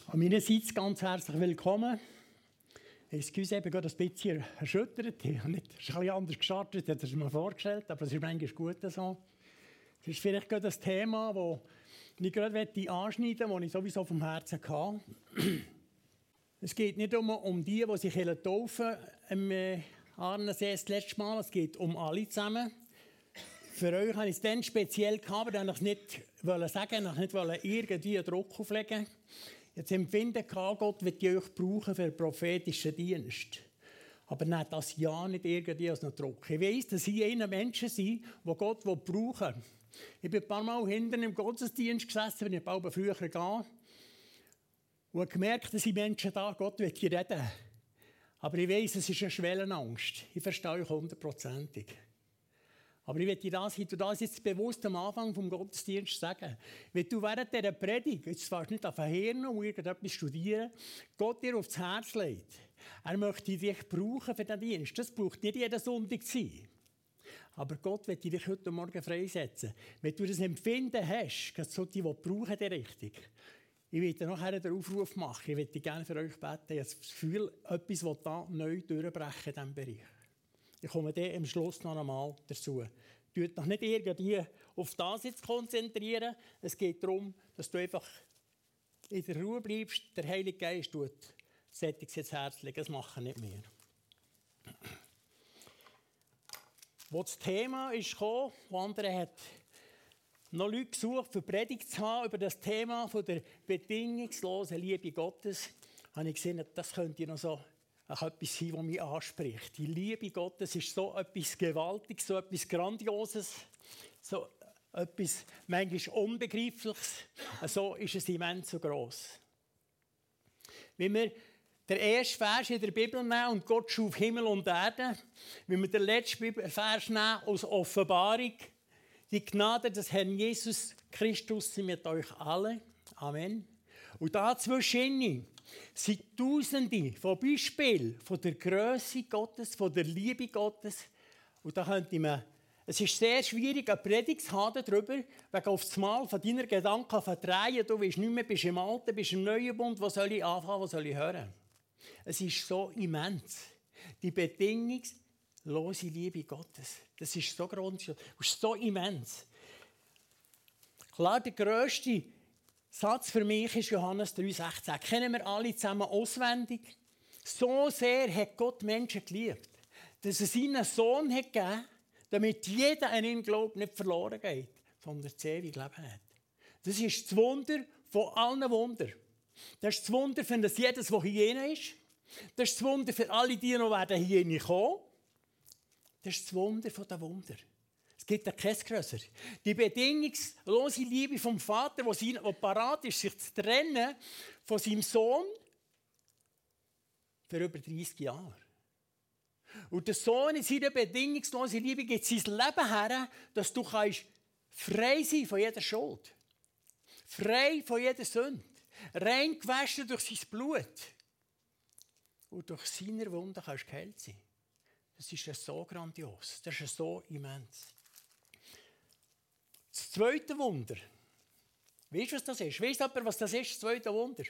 Meinerseits ganz herzlich willkommen. Excuse, ich bin gerade ein bisschen erschüttert. Ich habe nicht, es ist ein bisschen anders gestartet, das ist mir vorgestellt, aber es ist manchmal gut so. Es ist vielleicht gerade das Thema, das ich gerade anschneiden möchte, das ich sowieso vom Herzen hatte. Es geht nicht um die sich taufen am Arnensee das letzte Mal, es geht um alle zusammen. Für euch habe ich es dann speziell gehabt, aber ich nicht sagen, ich nicht irgendwie einen Druck auflegen. Jetzt empfinden Gott wird euch brauchen für den prophetischen Dienst. Aber nehmt das ja nicht irgendwie als einen Druck. Ich weiss, dass hier Menschen sind, die Gott brauchen will. Ich bin ein paar Mal hinten im Gottesdienst gesessen, wenn ich bald früher gehe. Und habe gemerkt, dass die Menschen da, Gott will hier reden. Aber ich weiss, es ist eine Schwellenangst. Ich verstehe euch 100%. Aber ich möchte das jetzt bewusst am Anfang des Gottesdienstes sagen. Wenn du während dieser Predigt, jetzt fährst nicht auf ein Hirn und irgendetwas studieren, Gott dir aufs Herz legt, er möchte dich brauchen für den Dienst. Das braucht nicht jeden Sonntag zu sein. Aber Gott will dich heute Morgen freisetzen. Wenn du das Empfinden hast, dass so die brauchen die Richtung. Ich werde nachher den Aufruf machen. Ich möchte gerne für euch beten. Ich habe das Gefühl, etwas will da neu durchbrechen in diesem Bereich. Ich komme dann am Schluss noch einmal dazu. Tut noch nicht irgendwie auf das jetzt konzentrieren. Es geht darum, dass du einfach in der Ruhe bleibst. Der Heilige Geist tut Sättiges ins Herz legen. Das machen nicht mehr. Wo das Thema ist gekommen, wo andere hat noch Leute gesucht, für Predigt zu haben über das Thema von der bedingungslosen Liebe Gottes, habe ich gesehen, das könnte noch so etwas sein, das mich anspricht. Die Liebe Gottes ist so etwas Gewaltiges, so etwas Grandioses, so etwas manchmal Unbegreifliches. So ist es immens so gross. Wenn wir den ersten Vers in der Bibel nehmen und Gott schuf Himmel und Erde, wenn wir den letzten Vers nehmen aus Offenbarung, die Gnade des Herrn Jesus Christus sind mit euch alle. Amen. Und dazwischen sind Tausende von Beispielen von der Grösse Gottes, von der Liebe Gottes. Und da könnte man, es ist sehr schwierig, eine Predigt zu haben darüber, wegen auf das Mal von deiner Gedanken verdrehen. Du weißt nicht mehr, bist im Alten, bist im Neuen Bund, wo soll ich anfangen, wo soll ich hören? Es ist so immens. Die bedingungslose Liebe Gottes. Das ist so grandios, so immens. Klar, der grösste Satz für mich ist Johannes 3,16. Kennen wir alle zusammen auswendig? So sehr hat Gott Menschen geliebt, dass er seinen Sohn hat gegeben, damit jeder an ihn glaubt, nicht verloren geht, sondern das ewige Leben hat. Das ist das Wunder von allen Wundern. Das ist das Wunder für das jedes, der hier ist. Das ist das Wunder für alle, die noch hier kommen. Das ist das Wunder von den Wundern. Es gibt ja kein grösser. Die bedingungslose Liebe vom Vater, der parat ist, sich zu trennen von seinem Sohn für über 30 Jahre. Und der Sohn in seiner bedingungslosen Liebe gibt sein Leben her, dass du frei sein von jeder Schuld. Frei von jeder Sünde. Rein gewaschen durch sein Blut. Und durch seine Wunden kannst du geheilt sein. Das ist ja so grandios. Das ist ja so immens. Das zweite Wunder. Weißt du, was das ist? Weiss jemand, was das ist, das zweite Wunder?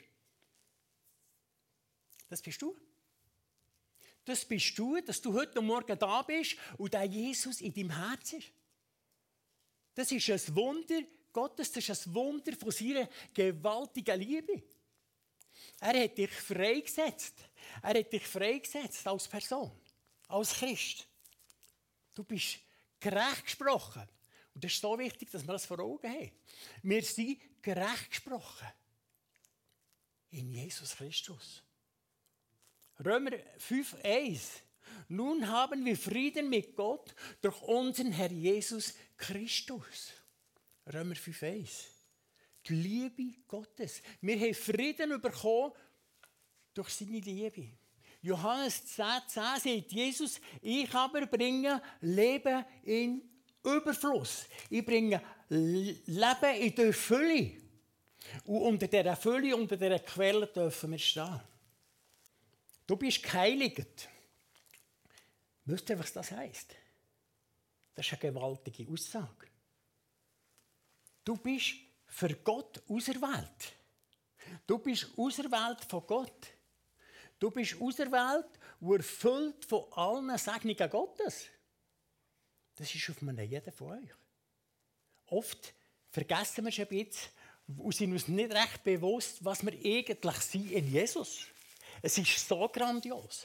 Das bist du. Das bist du, dass du heute Morgen da bist und der Jesus in deinem Herz ist. Das ist ein Wunder Gottes, das ist ein Wunder von seiner gewaltigen Liebe. Er hat dich freigesetzt. Er hat dich freigesetzt als Person, als Christ. Du bist gerecht gesprochen. Und das ist so wichtig, dass wir das vor Augen haben. Wir sind gerecht gesprochen. In Jesus Christus. Römer 5,1. Nun haben wir Frieden mit Gott durch unseren Herr Jesus Christus. Römer 5,1. Die Liebe Gottes. Wir haben Frieden bekommen durch seine Liebe. Johannes 10,10 sagt Jesus, ich aber bringe Leben in Überfluss. Ich bringe Leben in der Fülle. Und unter dieser Fülle, unter dieser Quelle dürfen wir stehen. Du bist geheiligt. Wisst ihr, was das heisst? Das ist eine gewaltige Aussage. Du bist für Gott auserwählt. Du bist auserwählt von Gott. Du bist auserwählt und erfüllt von allen Segnungen Gottes. Das ist auf jeden von euch. Oft vergessen wir es ein bisschen und sind uns nicht recht bewusst, was wir eigentlich sind in Jesus. Es ist so grandios.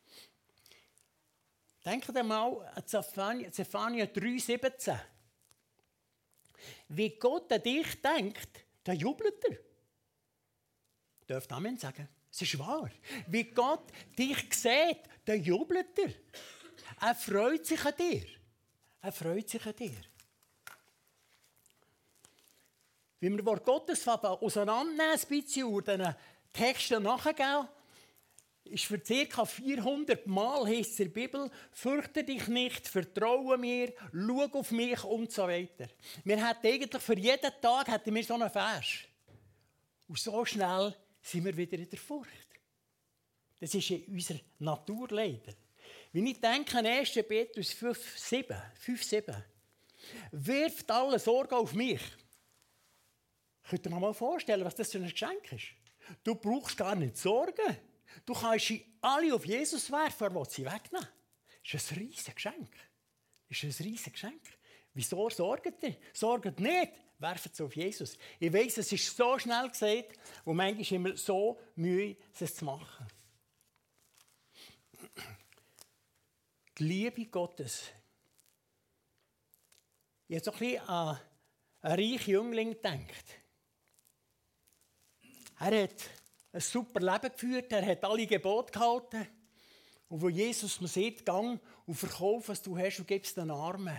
Denkt mal an Zephania 3,17. Wie Gott an dich denkt, dann jubelt er. Dürft Amen sagen. Es ist wahr. Wie Gott dich sieht, dann jubelt er. Er freut sich an dir. Er freut sich an dir. Wie wir Wort Gottes auseinandernehmen, ein bisschen und diesen Texten nachgehen, ist für ca. 400 Mal heisst es in der Bibel, fürchte dich nicht, vertraue mir, schau auf mich und so weiter. Wir hätten eigentlich für jeden Tag so einen Vers. Und so schnell sind wir wieder in der Furcht. Das ist in unserer Natur leider. Wenn ich denke an 1. Petrus 5,7. Wirft alle Sorge auf mich. Könnt ihr euch mal vorstellen, was das für ein Geschenk ist? Du brauchst gar nicht Sorgen. Du kannst sie alle auf Jesus werfen, er will sie wegnehmen. Das ist ein riesiges Geschenk. Das ist ein riesiges Geschenk. Wieso sorgt ihr? Sorgt nicht, werft sie auf Jesus. Ich weiss, es ist so schnell gesagt und manchmal immer so Mühe, es zu machen. Die Liebe Gottes. Ich habe so ein bisschen an einen reichen Jüngling gedacht. Er hat ein super Leben geführt, er hat alle Gebote gehalten. Und wo Jesus mir sagt, gang und verkauf, was du hast und gib es den Armen,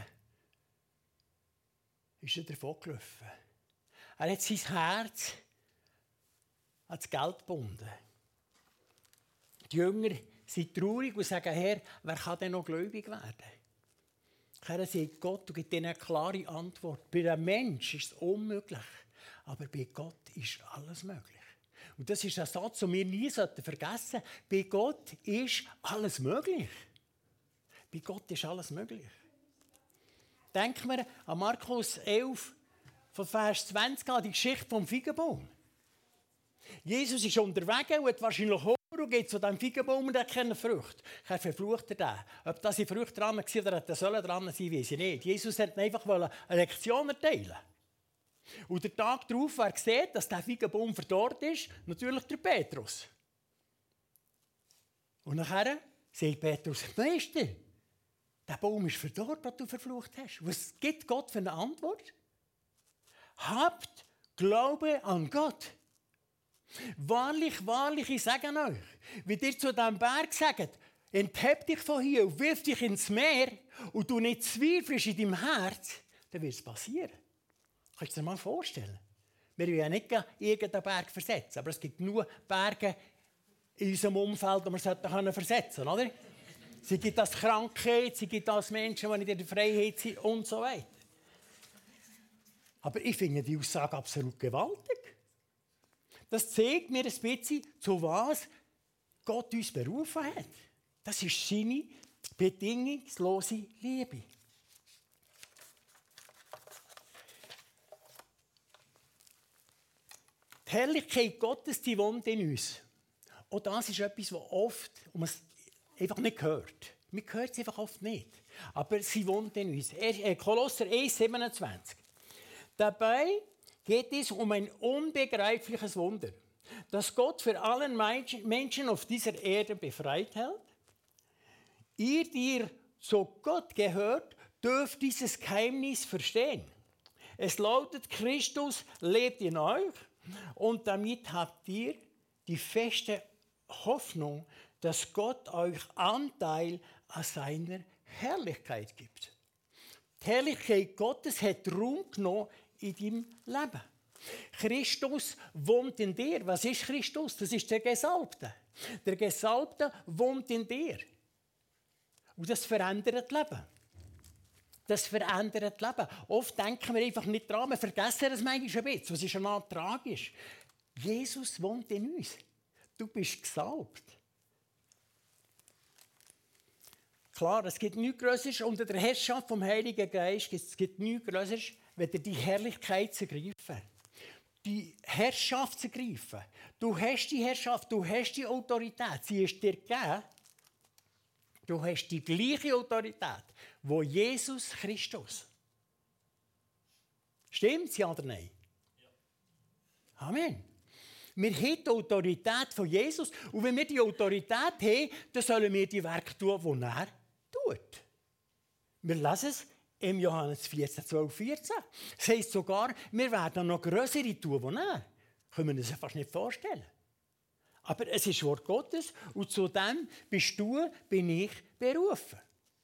ist er davon gelaufen. Er hat sein Herz an das Geld gebunden. Die Jünger sind traurig und sagen, Herr, wer kann denn noch gläubig werden? Herr sagt Gott und gibt ihnen eine klare Antwort. Bei einem Menschen ist es unmöglich, aber bei Gott ist alles möglich. Und das ist ein Satz, den wir nie vergessen sollten. Bei Gott ist alles möglich. Bei Gott ist alles möglich. Denken wir an Markus 11, von Vers 20 an, die Geschichte vom Feigenbaum. Jesus ist unterwegs und hat wahrscheinlich Hunger und geht zu diesem Feigenbaum und hat keine Frucht. Er verflucht er den. Ob das die Frucht dran war oder hätte sollen dran sein, weiß ich nicht. Jesus wollte einfach eine Lektion erteilen. Und der Tag darauf, wer sieht, dass der Feigenbaum verdorrt ist, natürlich der Petrus. Und nachher sagt Petrus, Meister, der Baum ist verdorrt, den du verflucht hast. Was gibt Gott für eine Antwort? Habt Glaube an Gott. Wahrlich, wahrlich, ich sage euch, wie ihr zu diesem Berg sagt, entheb dich von hier und wirf dich ins Meer und du nicht zweifelst in deinem Herz, dann wird es passieren. Kannst du dir mal vorstellen? Wir wollen ja nicht irgendeinen Berg versetzen, aber es gibt nur Berge in unserem Umfeld, die wir versetzen können, oder? Sie gibt das Krankheit, sie gibt das Menschen, die nicht in der Freiheit sind und so weiter. Aber ich finde die Aussage absolut gewaltig. Das zeigt mir ein bisschen, zu was Gott uns berufen hat. Das ist seine bedingungslose Liebe. Die Herrlichkeit Gottes, die wohnt in uns. Auch das ist etwas, was oft man es einfach nicht hört. Man hört es einfach oft nicht. Aber sie wohnt in uns. Kolosser 1,27. Dabei geht es um ein unbegreifliches Wunder, das Gott für alle Menschen auf dieser Erde befreit hält. Ihr, die ihr zu Gott gehört, dürft dieses Geheimnis verstehen. Es lautet, Christus lebt in euch und damit habt ihr die feste Hoffnung, dass Gott euch Anteil an seiner Herrlichkeit gibt. Die Herrlichkeit Gottes hat Raum genommen in deinem Leben. Christus wohnt in dir. Was ist Christus? Das ist der Gesalbte. Der Gesalbte wohnt in dir. Und das verändert das Leben. Das verändert das Leben. Oft denken wir einfach nicht dran, wir vergessen das manchmal ein bisschen. Was ist einmal tragisch? Jesus wohnt in uns. Du bist gesalbt. Klar, es gibt nichts Größeres unter der Herrschaft vom Heiligen Geist. Es gibt nichts Größeres, wenn die Herrlichkeit zu ergreifen. die Herrschaft zu ergreifen. Du hast die Herrschaft, du hast die Autorität, sie ist dir gegeben. Du hast die gleiche Autorität, wo Jesus Christus. Stimmt's, ja oder nein? Ja. Amen. Wir haben die Autorität von Jesus. Und wenn wir die Autorität haben, dann sollen wir die Werke tun, die er tut. Wir lesen es im Johannes 14, 12, 14. Das heisst sogar, wir werden noch grössere tun, die er. Können wir uns fast nicht vorstellen. Aber es ist das Wort Gottes und zu dem bin ich berufen.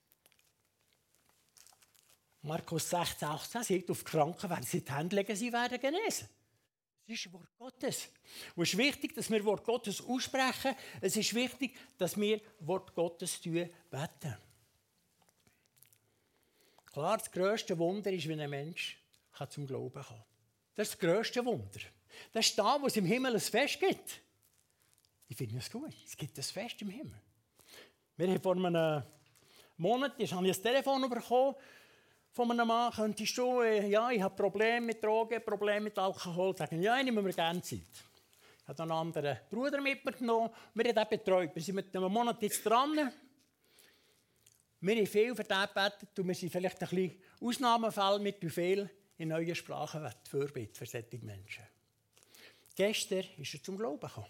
Markus 16, 18 sagt, auf die Kranken werden sie die Hände legen, sie werden genesen. Das ist das Wort Gottes. Und es ist wichtig, dass wir Wort Gottes aussprechen. Es ist wichtig, dass wir Wort Gottes beten. Klar, das grösste Wunder ist, wenn ein Mensch zum Glauben kommen kann. Das ist das grösste Wunder. Das ist da, wo es im Himmel ein Fest gibt. Ich finde es gut. Es gibt ein Fest im Himmel. Wir haben vor einem Monat habe ich ein Telefon bekommen von einem Mann. Könntest du, ja, ich habe Probleme mit Drogen, Probleme mit Alkohol. Sagen, ja, nehmen wir gerne Zeit. Ich habe einen anderen Bruder mitgenommen. Wir haben ihn betreut. Wir sind mit einem Monat jetzt dran. Wir haben viel für den gebetet und wir sind vielleicht ein bisschen Ausnahmefall mit wie viel in neuen Sprachen Fürbitte für solche Menschen. Gestern ist er zum Glauben gekommen.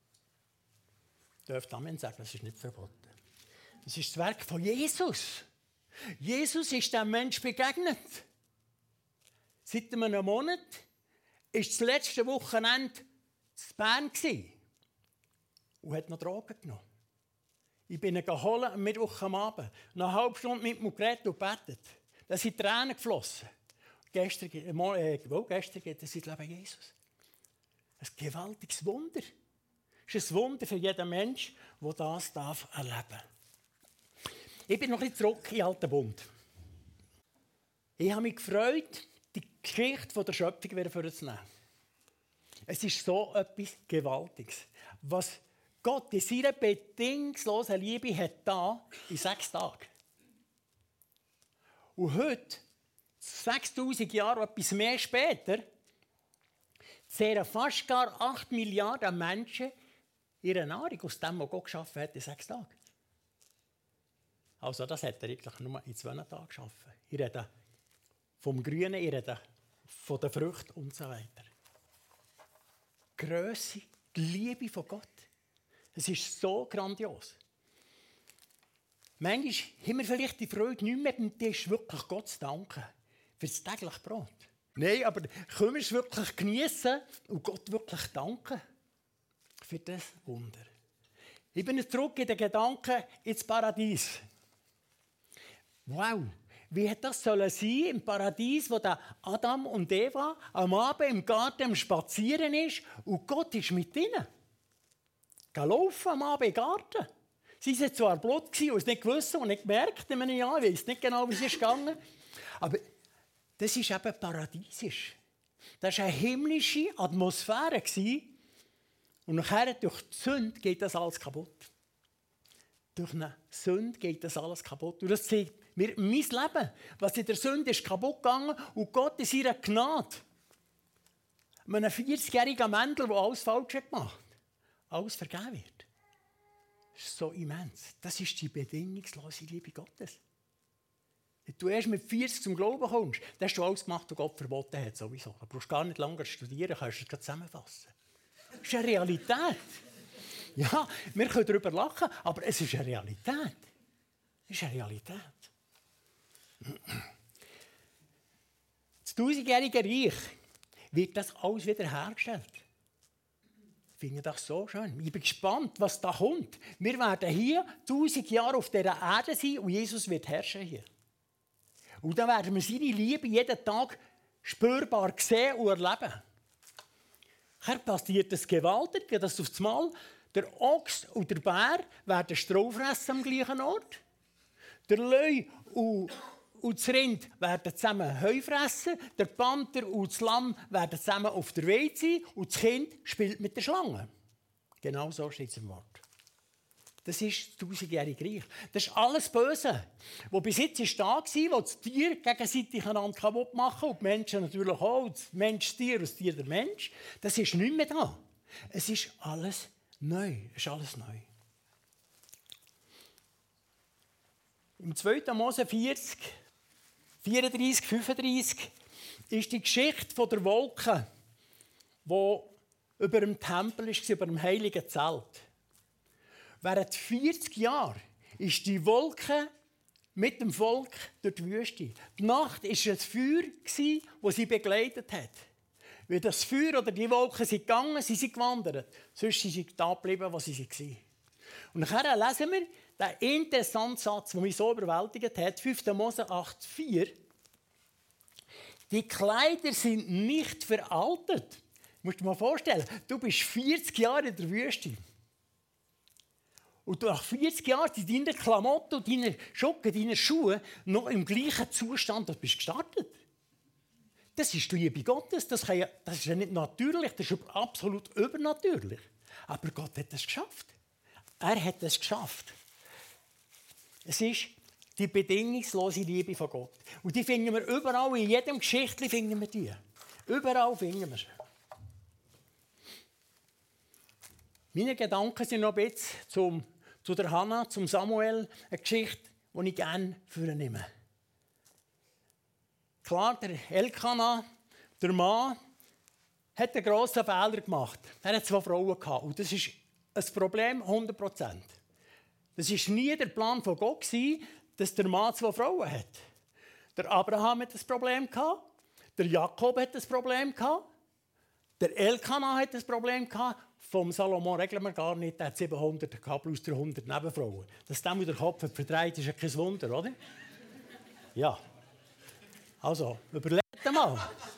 Dürft Amen sagen, das ist nicht verboten. Das ist das Werk von Jesus. Jesus ist dem Menschen begegnet. Seit einem Monat war das letzte Wochenende in Bern und hat noch Drogen genommen. Ich bin ihn geholt am Mittwoch am Abend. Nach einer halben Stunde mit ihm geredet und gebetet. Da sind Tränen geflossen. Gestern geht er sein Leben Jesus. Ein gewaltiges Wunder. Es ist ein Wunder für jeden Mensch, der das erleben darf. Ich bin noch ein bisschen zurück in den Alten Bund. Ich habe mich gefreut, die Geschichte der Schöpfung wieder vorzunehmen. Es ist so etwas Gewaltiges. Was Gott in seiner bedingungslosen Liebe hat da in 6 Tagen. Und heute, 6000 Jahre, etwas mehr später, zehren fast gar 8 Milliarden Menschen ihre Nahrung aus dem, was Gott geschaffen hat in 6 Tagen. Also das hat er eigentlich nur in 2 Tagen geschaffen. Ich rede vom Grünen, ich rede von den Früchten und so weiter. Die Grösse, die Liebe von Gott. Es ist so grandios. Manchmal haben wir vielleicht die Freude, nicht mehr beim Tisch wirklich Gott zu danken für das tägliche Brot. Nein, aber können wir es wirklich genießen und Gott wirklich danken für das Wunder. Ich bin zurück in den Gedanken ins Paradies. Wow, wie hätte das sein sollen im Paradies, wo der Adam und Eva am Abend im Garten am Spazieren ist und Gott ist mit ihnen. Laufen am Abend im Garten. Sie waren zwar blut und es nicht gewusst und nicht gemerkt in einem Jahr, ich weiß nicht genau, wie es ist gegangen. Aber das ist eben paradiesisch. Das war eine himmlische Atmosphäre. Und nachher, durch die Sünde, geht das alles kaputt. Durch eine Sünde geht das alles kaputt. Und das zeigt mir mein Leben, was in der Sünde ist kaputt gegangen und Gott in seiner Gnade. Einem 40-jährigen Mendel, der alles falsch gemacht hat, alles vergeben wird. Das ist so immens. Das ist die bedingungslose Liebe Gottes. Wenn du erst mit 40 zum Glauben kommst, dann hast du alles gemacht, was Gott verboten hat. Sowieso. Du brauchst gar nicht lange studieren, kannst du es zusammenfassen. Das ist eine Realität. Ja, wir können darüber lachen, aber es ist eine Realität. Es ist eine Realität. Das 1000-jährige Reich wird das alles wieder hergestellt. Ich finde das so schön. Ich bin gespannt, was da kommt. Wir werden hier 1000 Jahre auf dieser Erde sein und Jesus wird herrschen hier. Und dann werden wir seine Liebe jeden Tag spürbar sehen und erleben. Hier passiert das Gewaltige, dass auf einmal der Ochs und der Bär werden Stroh fressen am gleichen Ort. Der Löwe und das Rind werden zusammen Heu fressen. Der Panther und das Lamm werden zusammen auf der Weide sein. Und das Kind spielt mit der Schlange. Genau so steht es im Wort. Das ist das 1000-jährige Reich. Das ist alles Böse. Wo bis jetzt da war, wo das Tier gegenseitig einander kaputt machen und die Menschen natürlich auch, das Mensch das Tier und das Tier der Mensch. Das ist nicht mehr da. Es ist alles neu. Es ist alles neu. Im 2. Mose 40, 34, 35 ist die Geschichte der Wolke, die über dem Tempel war, über dem heiligen Zelt. Während 40 Jahren ist die Wolke mit dem Volk durch die Wüste. Die Nacht war ein Feuer, das sie begleitet hat. Weil das Feuer oder die Wolken sind gegangen, sie sind gewandert. Sonst sind sie da geblieben, wo sie waren. Und nachher lesen wir den interessanten Satz, der mich so überwältigt hat, 5. Mose 8,4. Die Kleider sind nicht veraltet. Du musst dir mal vorstellen, du bist 40 Jahre in der Wüste. Und nach 40 Jahren sind deine Klamotten, deine Socken, deine Schuhe noch im gleichen Zustand, als du gestartet bist. Das ist die Liebe Gottes. Das ist ja nicht natürlich, das ist absolut übernatürlich. Aber Gott hat es geschafft. Er hat es geschafft. Es ist die bedingungslose Liebe von Gott. Und die finden wir überall, in jedem Geschichtchen finden wir die. Überall finden wir sie. Meine Gedanken sind noch ein bisschen zu der Hannah, zum Samuel, eine Geschichte, die ich gerne vornehme. Klar, der Elkanah, der Mann, hat einen grossen Fehler gemacht. Er hat 2 Frauen gehabt. Und das ist ein Problem, 100%. Das war nie der Plan von Gott, dass der Mann 2 Frauen hat. Der Abraham hat das Problem gehabt, der Jakob hat das Problem gehabt, der Elkanah hat das Problem gehabt. Vom Salomon regeln wir gar nicht, der hat 700 gehabt, plus 300 Nebenfrauen. Dass dem der Kopf verdreht, ist ja kein Wunder, oder? Ja. Also, überlegt mal.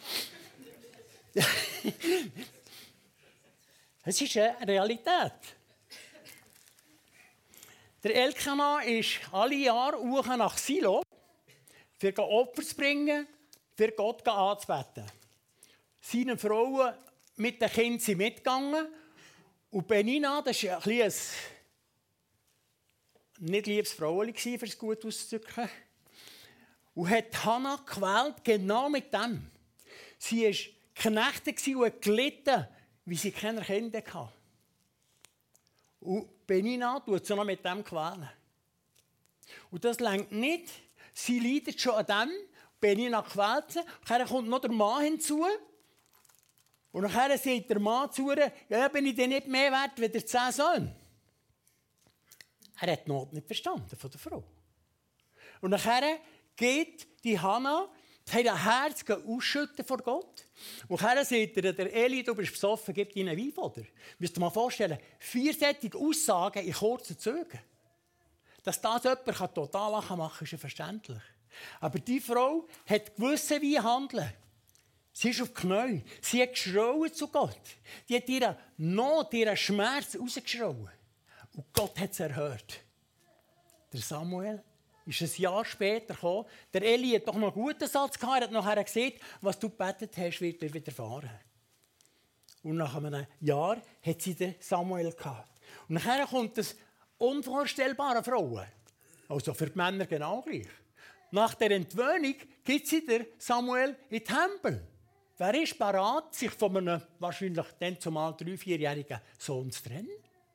Es ist eine Realität. Der Elkanah ist alle Jahre hoch nach Silo, für Opfer zu bringen, für Gott anzubeten. Seine Frauen mit den Kindern sind mitgegangen. Und Penina, das war ein nicht liebes Frauchen, um es gut auszudrücken. Und hat Hannah gewählt, genau mit dem. Sie war geknechtet und hat gelitten, wie sie keine Kinder hatte. Und Penina tut sie noch mit dem quälen. Und das reicht nicht. Sie leidet schon an dem. Penina quält sie. Dann kommt noch der Mann hinzu. Und nachher sagt der Mann zu ihr, ja, bin ich denn nicht mehr wert als der 10 Söhne? Er hat die Not nicht verstanden von der Frau. Und nachher geht die Hannah, hat ein Herz ausschütten vor Gott. Und nachher sagt der Eli, du bist besoffen, gib dir einen Wein vor dir. Müsst ihr mal vorstellen, 4 solche Aussagen in kurzen Zügen. Dass das jemand total lachen machen kann, ist ja verständlich. Aber die Frau hat gewusst, wie handeln. Sie ist auf die Knie. Sie hat geschrauen zu Gott. Die hat ihre Not, ihren Schmerz rausgeschrauen. Und Gott hat es erhört. Der Samuel ist ein Jahr später gekommen. Der Eli hat doch noch einen guten Satz gehabt. Er hat nachher gesagt, was du gebetet hast, wird dir widerfahren. Und nach einem Jahr hat sie den Samuel gehabt. Und nachher kommt das unvorstellbare Frauen. Also für die Männer genau gleich. Nach der Entwöhnung gibt sie der Samuel in den Tempel. Wer ist bereit, sich von einem wahrscheinlich dann zumal 3-, 4-jährigen Sohn zu trennen?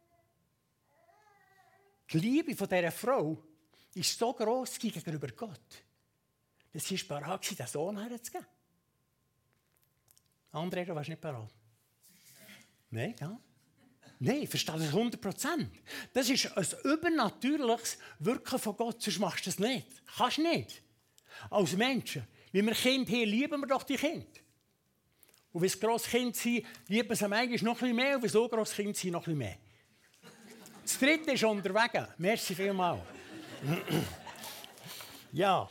Die Liebe von dieser Frau ist so gross gegenüber Gott, dass sie bereit war, diesen Sohn herzugeben. André, du warst nicht bereit? Nein, ja? Nein, verstehe das 100%. Das ist ein übernatürliches Wirken von Gott, sonst machst du das nicht. Kannst du nicht. Als Menschen, wie wir Kinder haben, lieben wir doch die Kinder. Und wenn sie grosse Kinder sind, lieben sie manchmal noch ein bisschen mehr, und wenn sie so grosse Kinder sind, noch ein bisschen mehr. Das dritte ist unterwegs. Merci vielmals. Ja.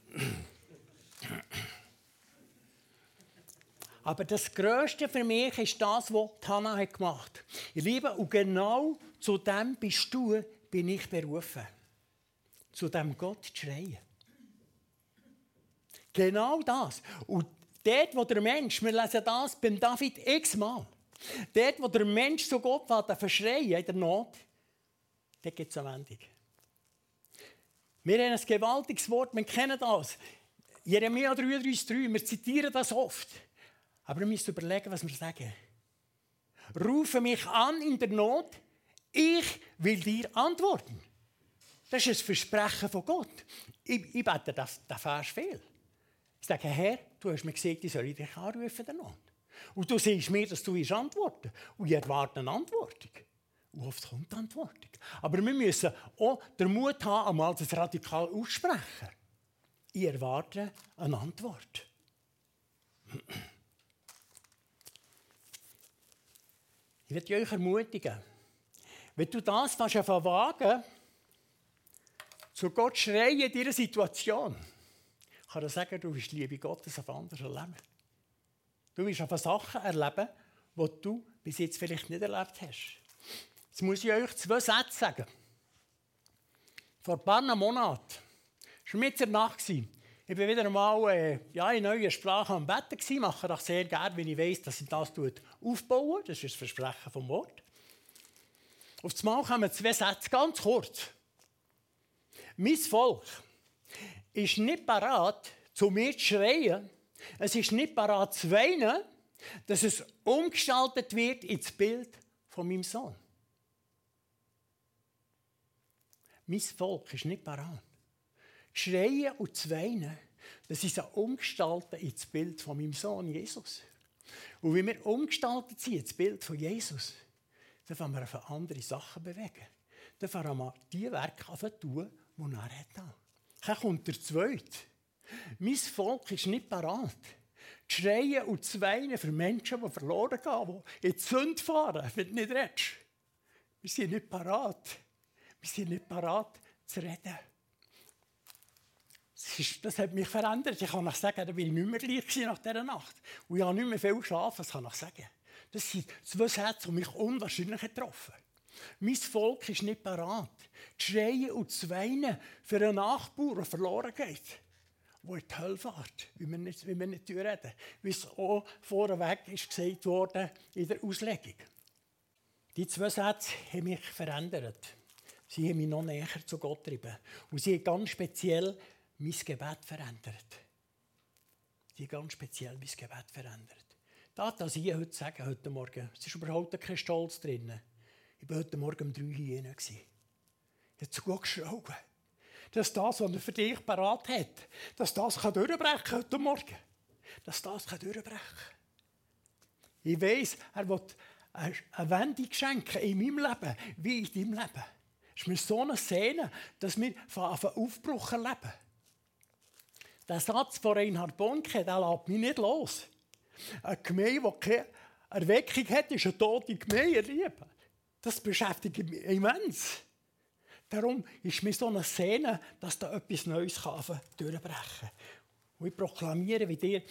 Aber das Grösste für mich ist das, was Hannah gemacht hat. Ihr Lieben, und genau zu dem bin ich berufen. Zu dem Gott zu schreien. Genau das. Und dort, wo der Mensch, wir lesen das beim David x-mal, dort, wo der Mensch zu Gott verschreien in der Not, Da gibt es eine Wendung. Wir haben ein gewaltiges Wort, wir kennen das. Jeremia 33,3, wir zitieren das oft. Aber wir müssen überlegen, was wir sagen. Rufe mich an in der Not, ich will dir antworten. Das ist ein Versprechen von Gott. Ich bete den Vers viel. Ich sage, Herr, du hast mir gesagt, ich soll dich anrufen in der Not. Und du siehst mir, dass du antworten willst. Und ich erwarte eine Antwortung. Und oft kommt die Antwortung. Aber wir müssen auch den Mut haben, einmal das radikal aussprechen. Ich erwarte eine Antwort. Ich möchte euch ermutigen, wenn du das wagen zu Gott schreien in dieser Situation, kann er sagen, du wirst die Liebe Gottes auf anders erleben. Du wirst auf Sachen erleben, die du bis jetzt vielleicht nicht erlebt hast. Jetzt muss ich euch 2 Sätze sagen. Vor ein paar Monaten, es war mitten in der Nacht, ich war wieder einmal in neuer Sprache am Betten. Ich mache das sehr gerne, wenn ich weiss, dass ich das aufbaue. Das ist das Versprechen vom Wort. Auf einmal kommen 2 Sätze, ganz kurz. Mein Volk ist nicht bereit, zu mir zu schreien. Es ist nicht bereit zu weinen, dass es umgestaltet wird ins Bild von meinem Sohn. Mein Volk ist nicht bereit. Schreien und zu weinen, das ist ein Umgestalten ins Bild von meinem Sohn Jesus. Und wenn wir umgestaltet sind ins Bild von Jesus, dann fangen wir auf andere Sachen bewegen. Dann fangen wir die Werke an zu tun, die er hat. Dann kommt der Zweite. Mein Volk ist nicht bereit. Zu schreien und zu weinen für Menschen, die verloren gehen, die in die Sünde fahren, wenn du nicht redest. Wir sind nicht bereit. Wir sind nicht bereit zu reden. Das hat mich verändert. Ich kann euch sagen, da bin ich nicht mehr gleich nach dieser Nacht. Und ich habe nicht mehr viel geschlafen, das kann ich sagen. Das sind 2 Sätze, die mich unwahrscheinlich getroffen haben. Mein Volk ist nicht bereit, zu schreien und zu weinen für einen Nachbar, der verloren geht, der in die Hölle fährt, wie wir nicht reden. Wie es auch vorweg ist gesagt worden in der Auslegung. Die 2 Sätze haben mich verändert. Sie haben mich noch näher zu Gott getrieben. Und sie haben ganz speziell mein Gebet verändert. Sie haben ganz speziell mein Gebet verändert. Das, was ich heute sage, heute Morgen, es ist überhaupt kein Stolz drin. Ich war heute Morgen um 3 Uhr hier. Ich habe zu Gott geschrien, dass das, was er für dich parat hat, dass das durchbrechen kann heute Morgen. Dass das durchbrechen kann. Ich weiss, er will eine Wendung schenken in meinem Leben, wie in deinem Leben. Es ist mir so eine Szene, dass wir von Aufbruch erleben. Der Satz von Reinhard Bonke, der lässt mich nicht los. Eine Gemeinde, die keine Erweckung hat, ist eine tote Gemeinde, Liebe. Das beschäftigt mich immens. Darum ist mir so eine Szene, dass da etwas Neues durchbrechen kann. Und ich proklamiere, wie dir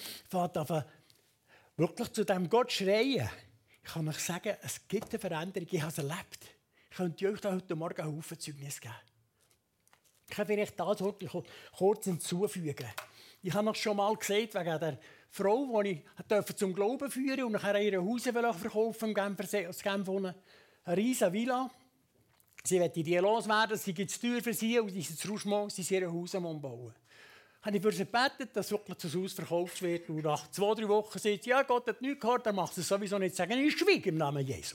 wirklich zu diesem Gott schreien. Ich kann euch sagen, es gibt eine Veränderung, ich habe es erlebt. Ich könnte euch da heute Morgen einen Haufen Zeugnis geben. Ich kann vielleicht das wirklich kurz hinzufügen. Ich habe noch schon mal gesagt, wegen der Frau, die ich zum Glauben führen durfte und nachher ihre Haus verkaufen im Genf eine riesige Villa. Sie wollte die loswerden, sie gibt es teuer für sie und sie sind rausgekommen, sie ihr Haus umbauen. Ich habe für sie gebetet, dass wirklich das Haus verkauft wird. Und nach 2-3 Wochen sagt sie, ja, Gott hat nichts gehört, er macht es sowieso nicht. Sagen, ich schweige im Namen Jesu.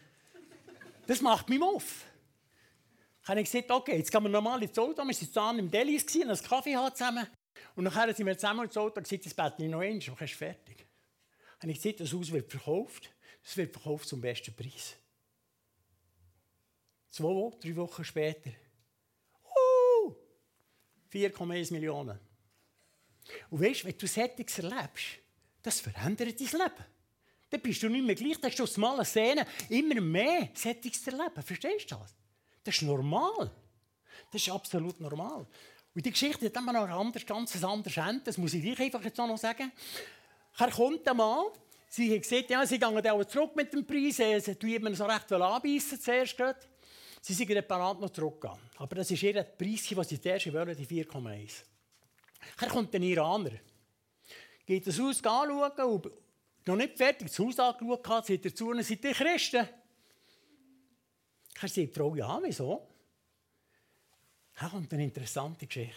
Das macht mich auf. Ich habe gesagt, okay, jetzt gehen wir normal ins Auto. Wir waren zusammen im Delis, einen Kaffee zusammen. Und nachher sind wir zusammen ins Auto und gesagt, das Bett nicht noch eins, dann ist fertig. Ich habe gesagt, das Haus wird verkauft. Es wird verkauft zum besten Preis. 2-3 Wochen später. 4,1 Millionen. Und weißt du, wenn du Sättiges erlebst, das verändert dein Leben. Dann bist du nicht mehr gleich. Dann hast du mal eine Szene, immer mehr Sättiges zu erleben. Verstehst du das? Das ist normal. Das ist absolut normal. Und die Geschichte hat immer noch ein ganz anderes Ende. Das muss ich dir einfach jetzt auch noch sagen. Er kommt ein Mann. Sie hat gesagt, ja, sie gehen auch zurück mit dem Preis. Sie tun mir so recht anbeissen zuerst. Sie sind nicht bereit, noch zurückgegangen. Aber das ist ihr Preis, den sie zuerst wollen, die 4,1. Er kommt ein Iraner. Geht das Haus anschauen und noch nicht fertig das Haus angeschaut hat, sagt er zu ihnen, seid ihr Christen? Er sagt die Frau, ja, wieso? Da kommt eine interessante Geschichte.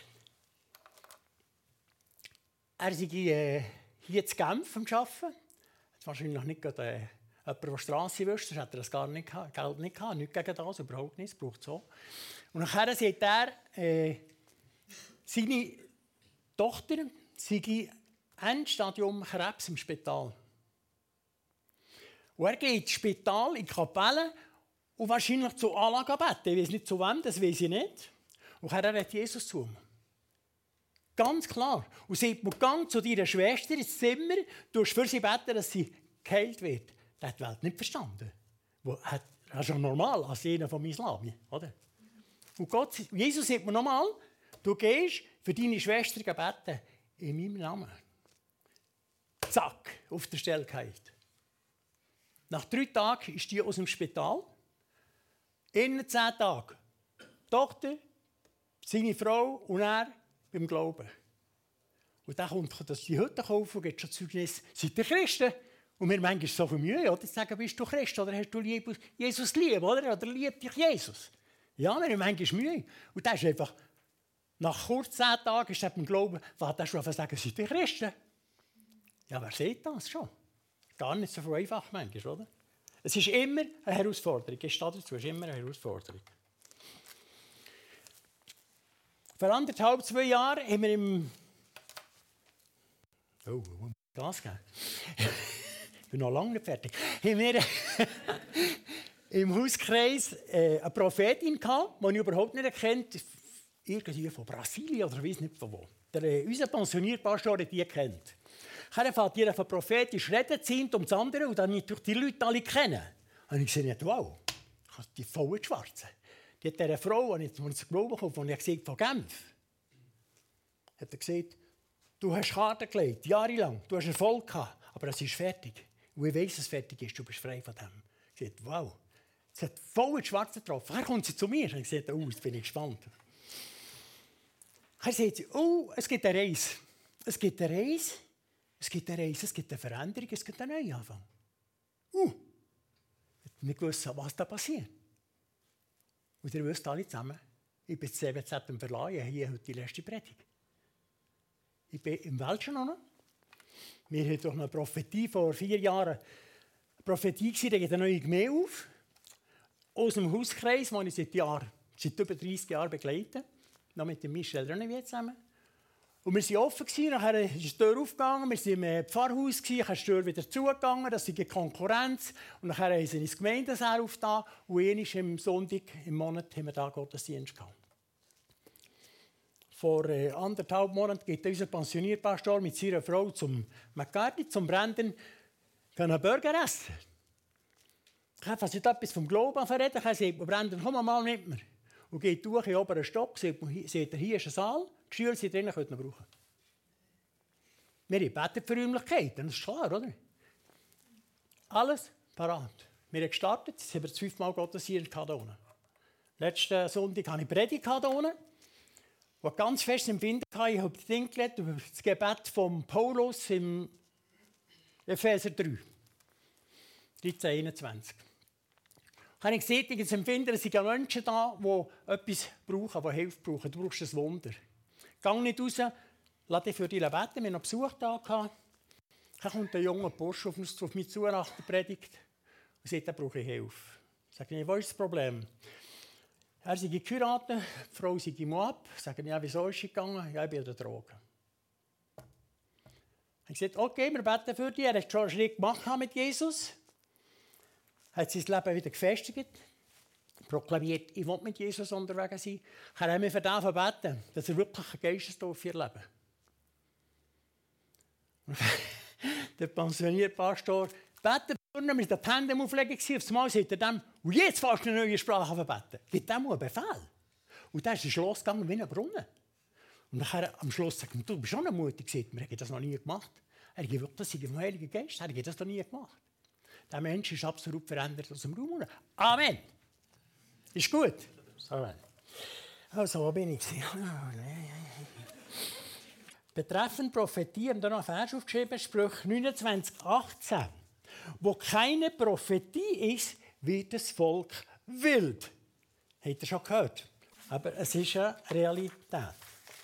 Er sei hier zu Genf am Arbeiten. Jetzt wahrscheinlich noch nicht gerade jemand, der Strasse wischt, sonst hätte er das gar nicht gehabt, Geld nicht gehabt. Nichts gegen das, überhaupt nicht, es braucht es so. Und nachher sagt er, seine Tochter sei Endstadium Krebs im Spital. Und er geht ins Spital, in die Kapelle und wahrscheinlich zu Allah beten. Ich weiß nicht zu wem, das weiß ich nicht. Und er hat Jesus zu ihm. Ganz klar. Und sagt, gang zu deiner Schwester ins Zimmer, du hast für sie beten, dass sie geheilt wird. Das hat die Welt nicht verstanden. Das ist ja normal als einer vom Islam. Oder? Und Jesus sagt mir nochmal, du gehst für deine Schwester beten in meinem Namen. Zack, auf der Stelle geheilt. Nach 3 Tagen ist die aus dem Spital. In 10 Tagen. Die Tochter, seine Frau und er beim Glauben. Und dann kommt das die Hütte kaufen und geht schon Zeugnis, seid ihr Christen? Und wir manchmal so viel Mühe, oder? Zu sagen, bist du Christ oder hast du Jesus lieb, oder liebt dich Jesus? Ja, wir haben manchmal Mühe. Und das ist einfach, nach kurz 10 Tagen ist er beim Glauben, war das schon zu sagen, seid ihr Christen? Ja, wer sieht das schon? Gar nicht so einfach manchmal, oder? Es ist immer eine Herausforderung. Ich stehe dazu, es ist immer eine Herausforderung. Vor 1,5–2 Jahren haben wir im... Oh, Gas geben. Ich bin noch lange nicht fertig. Haben wir im Hauskreis eine Prophetin gehabt, die ich überhaupt nicht erkannt. Irgendwie von Brasilien oder ich weiß nicht von wo. Unser pensionierter Pastor hat die kennt. Er fährt jeder von prophetisch reden, zieht um das andere und dann durch die Leute alle kennen. Und ich sehe, wow, die vollen Schwarzen. Die hat diese Frau, die ich zum Glauben komme, die ich gesagt von Genf, hat er gesagt, du hast Karten gelegt, jahrelang, du hast Erfolg gehabt, aber es ist fertig. Und ich weiss, dass es fertig ist, du bist frei von dem. Ich habe gesagt, wow, sie hat voll Schwarze getroffen. Dann kommt sie zu mir und ich gesagt, oh, jetzt bin ich gespannt. Er sagt, oh, es gibt eine Reise. Es gibt eine Reise, es gibt eine Reise, es gibt eine Veränderung, es gibt einen Neuanfang. Ich habe nicht gewusst, was da passiert. Und ihr wisst alle zusammen, ich bin CBZ im Verleihen, hier heute die letzte Predigt. Ich bin im Welschen noch. Wir hatten durch eine Prophetie vor 4 Jahren eine Prophetie gesehen, da geht eine neue Gemeinde auf. Aus dem Hauskreis, den ich seit über 30 Jahren begleite. Noch mit dem Michel Renevier zusammen. Und wir waren offen, nachher ist die Tür aufgegangen, wir waren im Pfarrhaus, dann ist die Tür wieder zugegangen, das ist die Konkurrenz. Und nachher haben sie ins Gemeindesaal aufgetan und einmal am Sonntag im Monat haben wir da Gottesdienst gehabt. Vor 1,5 Monaten geht unser pensionierter Pastor mit seiner Frau zum McCarthy, zum Brandon, einen Burger essen. Ich habe nicht etwas vom Glauben verreden, ich habe gesagt, Brandon, komm mal mit mir. Und geht durch in den oberen Stock, seht ihr, hier ist ein Saal, die Schüler sind drin, könnt ihr brauchen. Wir haben betet für Räumlichkeiten, das ist klar, oder? Alles parat. Wir haben gestartet, jetzt haben wir 5 Mal Gottesdienst hier unten. Letzten Sonntag hatte ich Predigt hier unten. Und ganz fest empfinden hatte, ich habe über das Gebet von Paulus im Epheser 3, 13–21. Ich habe gesagt, ich empfinde, es sind Menschen da, die etwas brauchen, die Hilfe brauchen. Du brauchst ein Wunder. Geh nicht raus, lass dich für dich beten. Wir hatten noch Besuch da. Dann kommt ein junger Bursch auf mich zu nach der Predigt und sagt, er brauche Hilfe. Ich sage, was ist das Problem? Er sei geheiratet, die Frau sei im Moab. Ich sage, ja, wieso ist sie gegangen? Ja, ich bin an der Droge. Ich habe gesagt, okay, wir beten für dich. Er hat schon einen Schritt gemacht mit Jesus. Er hat sein Leben wieder gefestigt. Proklamiert, ich will mit Jesus unterwegs sein. Er hat mir für den gebeten, dass er wirklich einen Geistestod für ihr Leben. Der pensionierte Pastor betet. Wir waren in der Tandemuauflegung, auf einmal sagt er dem, und jetzt fast eine neue Sprache beten. Gibt dem einen Befehl. Und dann ist er losgegangen wie ein Brunnen. Und nachher am Schluss sagt er, du bist schon mutig, wir haben das noch nie gemacht. Er hat wirklich, das ist vom Heiligen Geist, er hat das noch nie gemacht. Der Mensch ist absolut verändert aus dem Raum. Amen. Ist gut. Also, wo bin ich? Betreffend Prophetie haben wir noch einen Vers aufgeschrieben, Sprüche 29,18. Wo keine Prophetie ist, wird das Volk wild. Habt ihr schon gehört? Aber es ist eine Realität.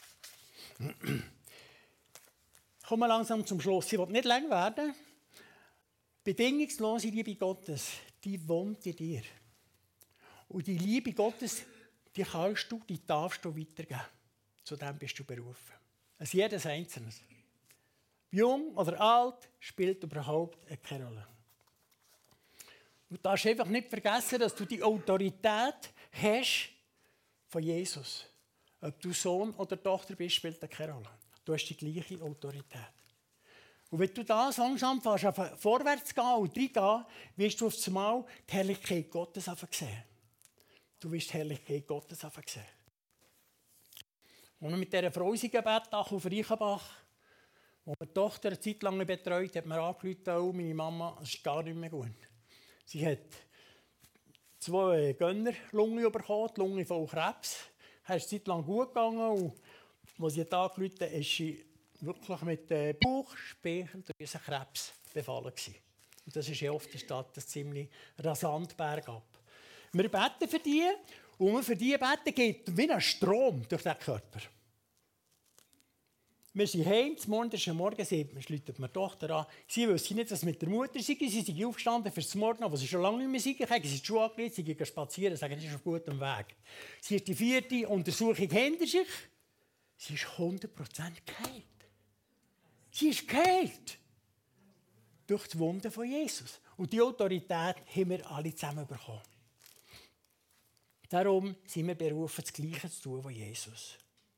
Ich komme langsam zum Schluss. Ich will nicht lang werden. Bedingungslose Liebe Gottes, die wohnt in dir. Und die Liebe Gottes, die kannst du, die darfst du weitergeben. Zu dem bist du berufen. Also jedes Einzelne. Jung oder alt, spielt überhaupt keine Rolle. Du darfst einfach nicht vergessen, dass du die Autorität hast von Jesus. Ob du Sohn oder Tochter bist, spielt keine Rolle. Du hast die gleiche Autorität. Und wenn du da langsam vorwärts gehen und reingehen, wirst du auf einmal die Herrlichkeit Gottes sehen. Du wirst die Herrlichkeit Gottes sehen. Und mit dieser Frau sie gebet auf Reichenbach, wo meine Tochter eine Zeit lang betreut, hat mir angerufen, meine Mama, es ist gar nicht mehr gut. Sie hat 2 Gönnerlungen bekommen, die Lunge voll Krebs. Es ist eine Zeit lang gut gegangen und als sie angerufen hat, ist sie wirklich mit Bauchspeicheldrüsenkrebs befallen gewesen. Und das ist ja oft in der Stadt ein ziemlich rasant bergab. Wir beten für die und wir für die beten geht wie ein Strom durch den Körper. Wir sind heim, am Morgen schlägt meine Tochter an. Sie wüsste nicht, was mit der Mutter sei. Sie sind aufgestanden fürs Morgen, aber sie schon lange nicht mehr sei. Sie sind die Schuhe angelegt, sie gehen spazieren, sagen, sie ist auf gutem Weg. Sie hat die 4. Untersuchung hinter sich. Sie ist 100% geheilt. Sie ist geheilt. Durch die Wunden von Jesus. Und die Autorität haben wir alle zusammen bekommen. Darum sind wir berufen, das Gleiche zu tun wie Jesus.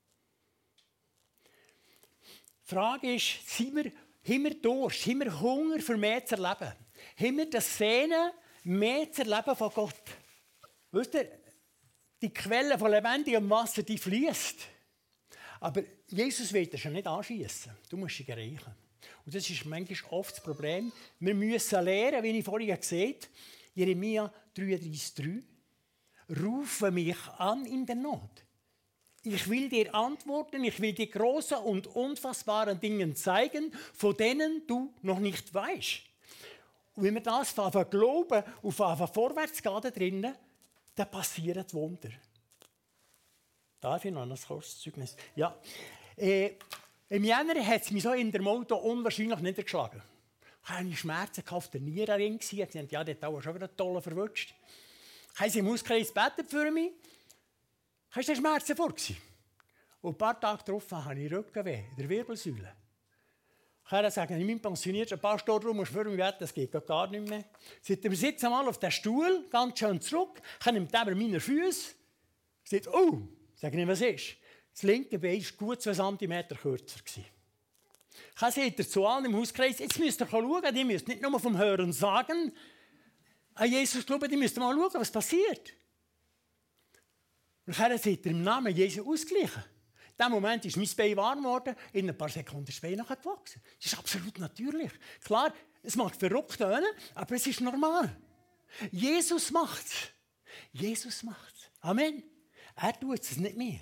Die Frage ist, haben wir Durst, haben wir Hunger für mehr zu erleben? Haben wir das Sehnen, mehr zu erleben von Gott? Wisst ihr, die Quelle von lebendigem Wasser, die fließt. Aber Jesus will das ja nicht anschiessen. Du musst ihn erreichen. Und das ist manchmal oft das Problem. Wir müssen lernen, wie ich vorhin gesagt habe, Jeremia 33,3. Rufe mich an in der Not. Ich will dir antworten, ich will dir große und unfassbare Dinge zeigen, von denen du noch nicht weißt. Und wenn wir das glauben und vorwärts gehen da drinnen, dann passieren Wunder. Darf ich noch ein kurzes Zeugnis? Ja. Im Januar hat es mich so in der Auto unwahrscheinlich niedergeschlagen. Ich hatte Schmerzen auf der Nierenring. Ich dachte, ja, der hat auch schon wieder toll verwutscht. Haben sie im Hauskreis gebetet für mich. Hast du Schmerzen vor? Und ein paar Tage darauf hatte ich Rückenweh in der Wirbelsäule. Ich kann sagen, ich bin pensioniert, ein paar Stunden rum musst du für mich beten, das geht gar nicht mehr. Wir sitzen mal auf dem Stuhl, ganz schön zurück, ich nehme meine Füße, sagt, oh, sage ich, was ist? Das linke Bein war gut 2 cm kürzer. Ich sage dazu allen im Hauskreis, jetzt müsst ihr schauen, ihr müsst nicht nur vom Hören sagen, an Jesus glauben, ihr müsst mal schauen, was passiert. Und dann sagt er im Namen Jesu ausgleichen. In dem Moment ist mein Bein warm geworden, in ein paar Sekunden ist das Bein nachher gewachsen. Das ist absolut natürlich. Klar, es mag verrückt tönen, aber es ist normal. Jesus macht es. Jesus macht es. Amen. Er tut es nicht mehr.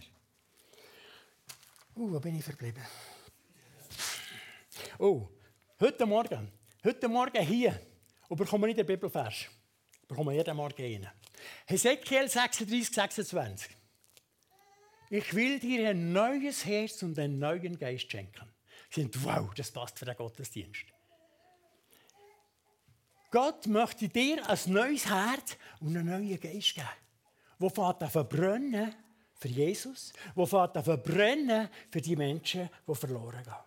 Wo bin ich verblieben? Oh, heute Morgen hier, und bekomme nicht den Bibelvers. Bekomme jeden Morgen einen. Hesekiel 36, 26. Ich will dir ein neues Herz und einen neuen Geist schenken. Wow, das passt für den Gottesdienst. Gott möchte dir ein neues Herz und einen neuen Geist geben. Der fängt an verbrennen für Jesus, der fängt an verbrennen für die Menschen, die verloren gehen.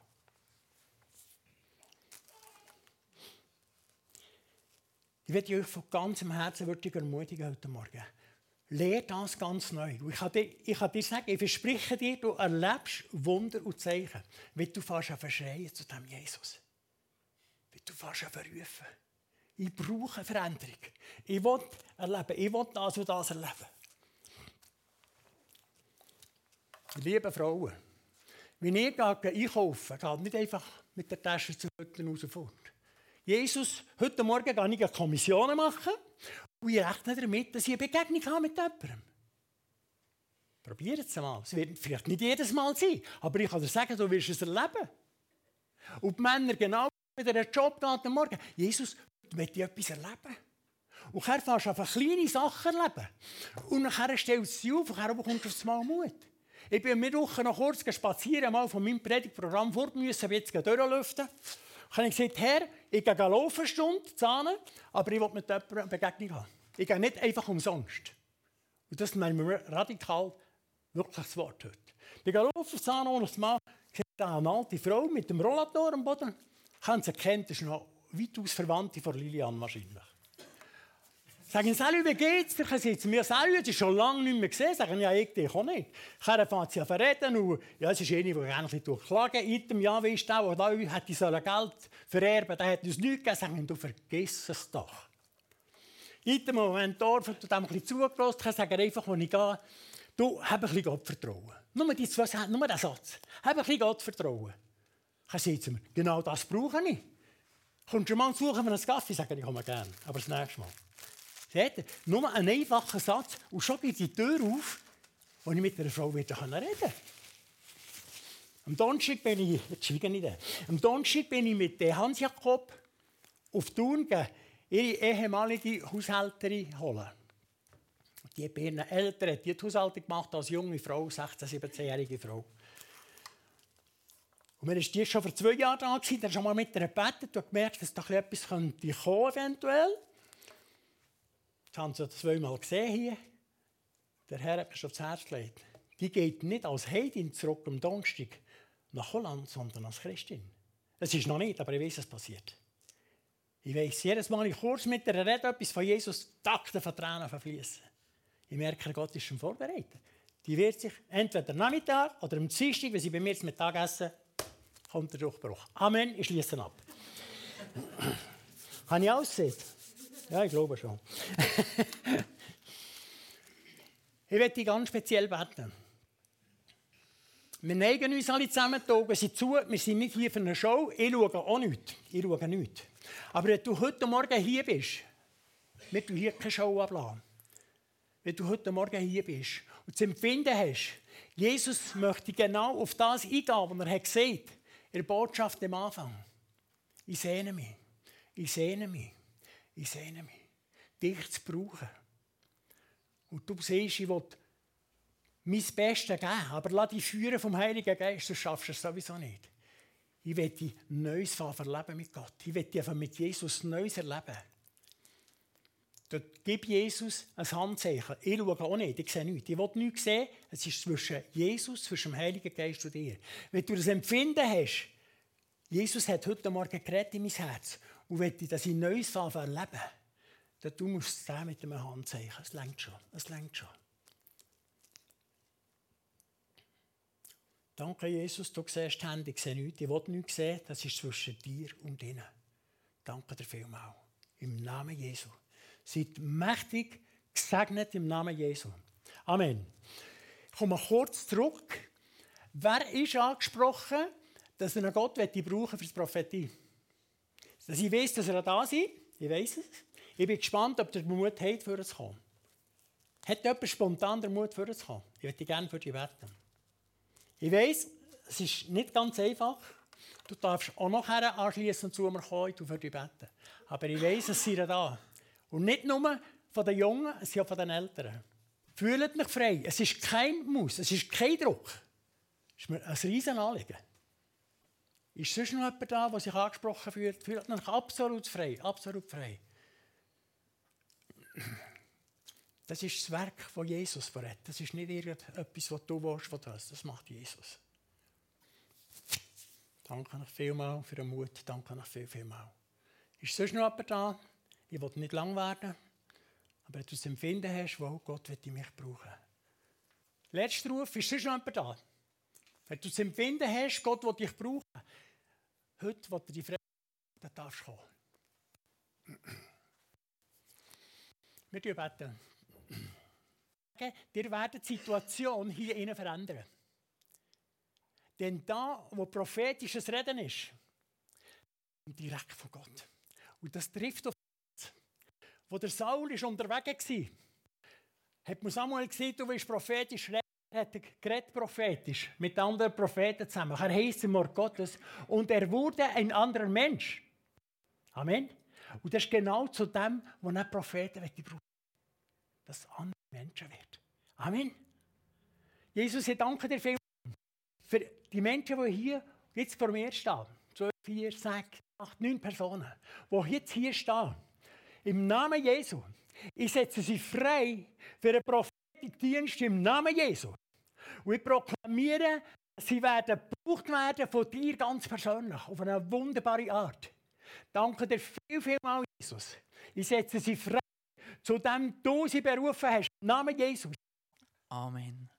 Ich werde euch von ganzem Herzen ermutigen heute Morgen. Lehre das ganz neu. Ich kann dir sagen, ich verspreche dir, du erlebst Wunder und Zeichen, wenn du fährst an verschreien zu dem Jesus. Wenn du fährst an verrufen. Ich brauche eine Veränderung. Ich will erleben. Ich will das und das erleben. Liebe Frauen, wenn ich einkaufe, gehe nicht einfach mit der Tasche zu Hütten raus fort. Jesus, heute Morgen gehe ich eine Kommission machen und ich rechne damit, dass ich eine Begegnung habe mit jemandem. Probiert es mal. Es wird vielleicht nicht jedes Mal sein, aber ich kann dir sagen, du wirst es erleben. Und die Männer genau mit einem Job gehen am Morgen. Jesus, ich möchte etwas erleben. Und dann fährst du einfach kleine Sachen erleben. Und dann stellst du sie auf und dann bekommst du auf einmal Mut. Ich bin am Mittwoch noch kurz spazieren, mal von meinem Predigtprogramm fort müssen, aber jetzt durchlüften. Und dann habe ich gesagt, Herr, ich gehe laufen eine Stunde, Zahnen, aber ich will mit jemandem eine Begegnung haben. Ich gehe nicht einfach umsonst. Und das meint mir radikal wirklich das Wort heute. Ich gehe laufen, Zahnen, ohne das Mal, sehe da eine alte Frau mit dem Rollator am Boden. Ich habe sie erkannt, das ist noch weitaus Verwandte von Lilian wahrscheinlich. Sagen sie, wie geht's dir? Sie sagen mir, sie ist schon lange nicht mehr gesehen. Sagen ja, ich dich auch nicht. Dann fängt sie an zu reden. Und ja, es ist eine, die gerne ein bisschen durchklagen. Item, ja, weißt du, da hätte ich Geld vererben, der hat uns nichts gegeben. Sagen, du vergiss es doch. Item, wenn der Dorf dem ein bisschen zugelassen kann, sagen einfach, wenn ich gehe, du, hab ein bisschen Gottvertrauen. Nur die zwei, nur der Satz. Hab ein bisschen Gottvertrauen. Dann sagt sie mir, genau das brauche ich. Kommst du mal suchen für einen Kaffee? Sagen, ich komme gerne, aber das nächste Mal. Seht, nur ein einfacher Satz und schon geht die Tür auf, wo ich mit einer Frau wieder reden kann. Am Donnerstag bin ich, jetzt schweige ich nicht, am Donnerstag bin ich mit Hans Jakob auf Thun gegangen, ihre ehemalige Haushälterin holen. Die bei ihren Eltern hat die Haushaltung gemacht als junge Frau, 16-, 17-jährige Frau. Und mir ist die schon vor 2 Jahren da gewesen, dann schon mal mit ihr gebetet und gemerkt, dass da etwas kommen könnte eventuell. Das haben sie 2-mal gesehen hier. Der Herr hat mir schon aufs Herz gelegt. Die geht nicht als Heidin zurück am Donnerstag nach Holland, sondern als Christin. Es ist noch nicht, aber ich weiß, was passiert. Ich weiss, jedes Mal, ich kurz mit der Rede etwas von Jesus, Takte von Tränen verfließen. Ich merke, Gott ist schon vorbereitet. Die wird sich entweder am Nachmittag oder am Dienstag, wenn sie bei mir zum Mittagessen, kommt der Durchbruch. Amen, ich schließe ab. Habe ich ausgesehen? Ja, ich glaube schon. Ich möchte ganz speziell beten. Wir neigen uns alle zusammen, die Augen sind zu, wir sind nicht hier für eine Show, ich schaue auch nichts. Ich schaue nichts. Aber wenn du heute Morgen hier bist, wir tun hier keine Show ablassen. Wenn du heute Morgen hier bist und das Empfinden hast, Jesus möchte genau auf das eingehen, was er gesagt hat, in der Botschaft am Anfang. Ich sehne mich, ich sehne mich. Ich sehne mich, dich zu brauchen. Und du siehst, ich will mein Bestes geben, aber lass dich führen vom Heiligen Geist, sonst schaffst du es sowieso nicht. Ich will ein Neues erleben mit Gott. Ich will einfach mit Jesus Neues erleben. Dort gib Jesus ein Handzeichen. Ich schaue auch nicht, ich sehe nichts. Ich will nichts sehen, es ist zwischen Jesus, zwischen dem Heiligen Geist und dir. Wenn du das Empfinden hast, Jesus hat heute Morgen geredet in mein Herz und will ich, dass ich Neues erlebe, dann du musst es mit einem Handzeichen. Es reicht schon. Es reicht schon. Danke, Jesus, du siehst die Hände, ich sehe nichts. Ich will nichts sehen, das ist zwischen dir und ihnen. Danke dir vielmals. Im Namen Jesu. Seid mächtig gesegnet im Namen Jesu. Amen. Ich komme kurz zurück. Wer ist angesprochen, dass er einen Gott brauchen für die Prophetie? Dass ich weiss, dass er da ist. Ich weiss es. Ich bin gespannt, ob der Mut hat, für zu kommen. Hat jemand spontan den Mut, für zu kommen? Ich würde gerne für dich beten. Ich weiss, es ist nicht ganz einfach. Du darfst auch noch anschliessend zu mir kommen und für dich beten. Aber ich weiss, es sind da. Und nicht nur von den Jungen, es sind auch von den Eltern. Fühlt mich frei. Es ist kein Muss, es ist kein Druck. Es ist mir ein riesen Anliegen. Ist sonst noch jemand da, der sich angesprochen fühlt? Fühlt mich absolut frei, absolut frei. Das ist das Werk von Jesus verrät. Das ist nicht irgendetwas, was du willst, was das macht Jesus. Danke euch vielmals für den Mut. Danke euch vielmals. Ist sonst noch jemand da? Ich will nicht lang werden, aber wenn du das Empfinden hast, wo Gott will mich brauchen. Letzter Ruf, ist sonst noch jemand da? Wenn du das Empfinden hast, Gott will dich brauchen, heute will er dich fragen, dann darfst du kommen. Wir beten. Ihr werdet die Situation hier innen verändern. Denn da, wo prophetisches Reden ist, direkt von Gott. Und das trifft auf uns. Wo der Saul unterwegs war, hat man Samuel gesagt, du willst prophetisch reden. Er hat geredet prophetisch mit anderen Propheten zusammen. Er heisst im Wort Gottes. Und er wurde ein anderer Mensch. Amen. Und das ist genau zu dem, was nicht Propheten brauchen. Dass es andere Menschen wird. Amen. Jesus, ich danke dir vielmals für die Menschen, die hier jetzt vor mir stehen. 12, 4, 6, 8, 9 Personen, die jetzt hier stehen. Im Namen Jesu. Ich setze sie frei für einen prophetischen Dienst im Namen Jesu. Und ich proklamiere, sie werden gebraucht werden von dir ganz persönlich, auf eine wunderbare Art. Danke dir vielmals, Jesus. Ich setze sie frei, zu dem du sie berufen hast. Im Namen Jesus. Amen.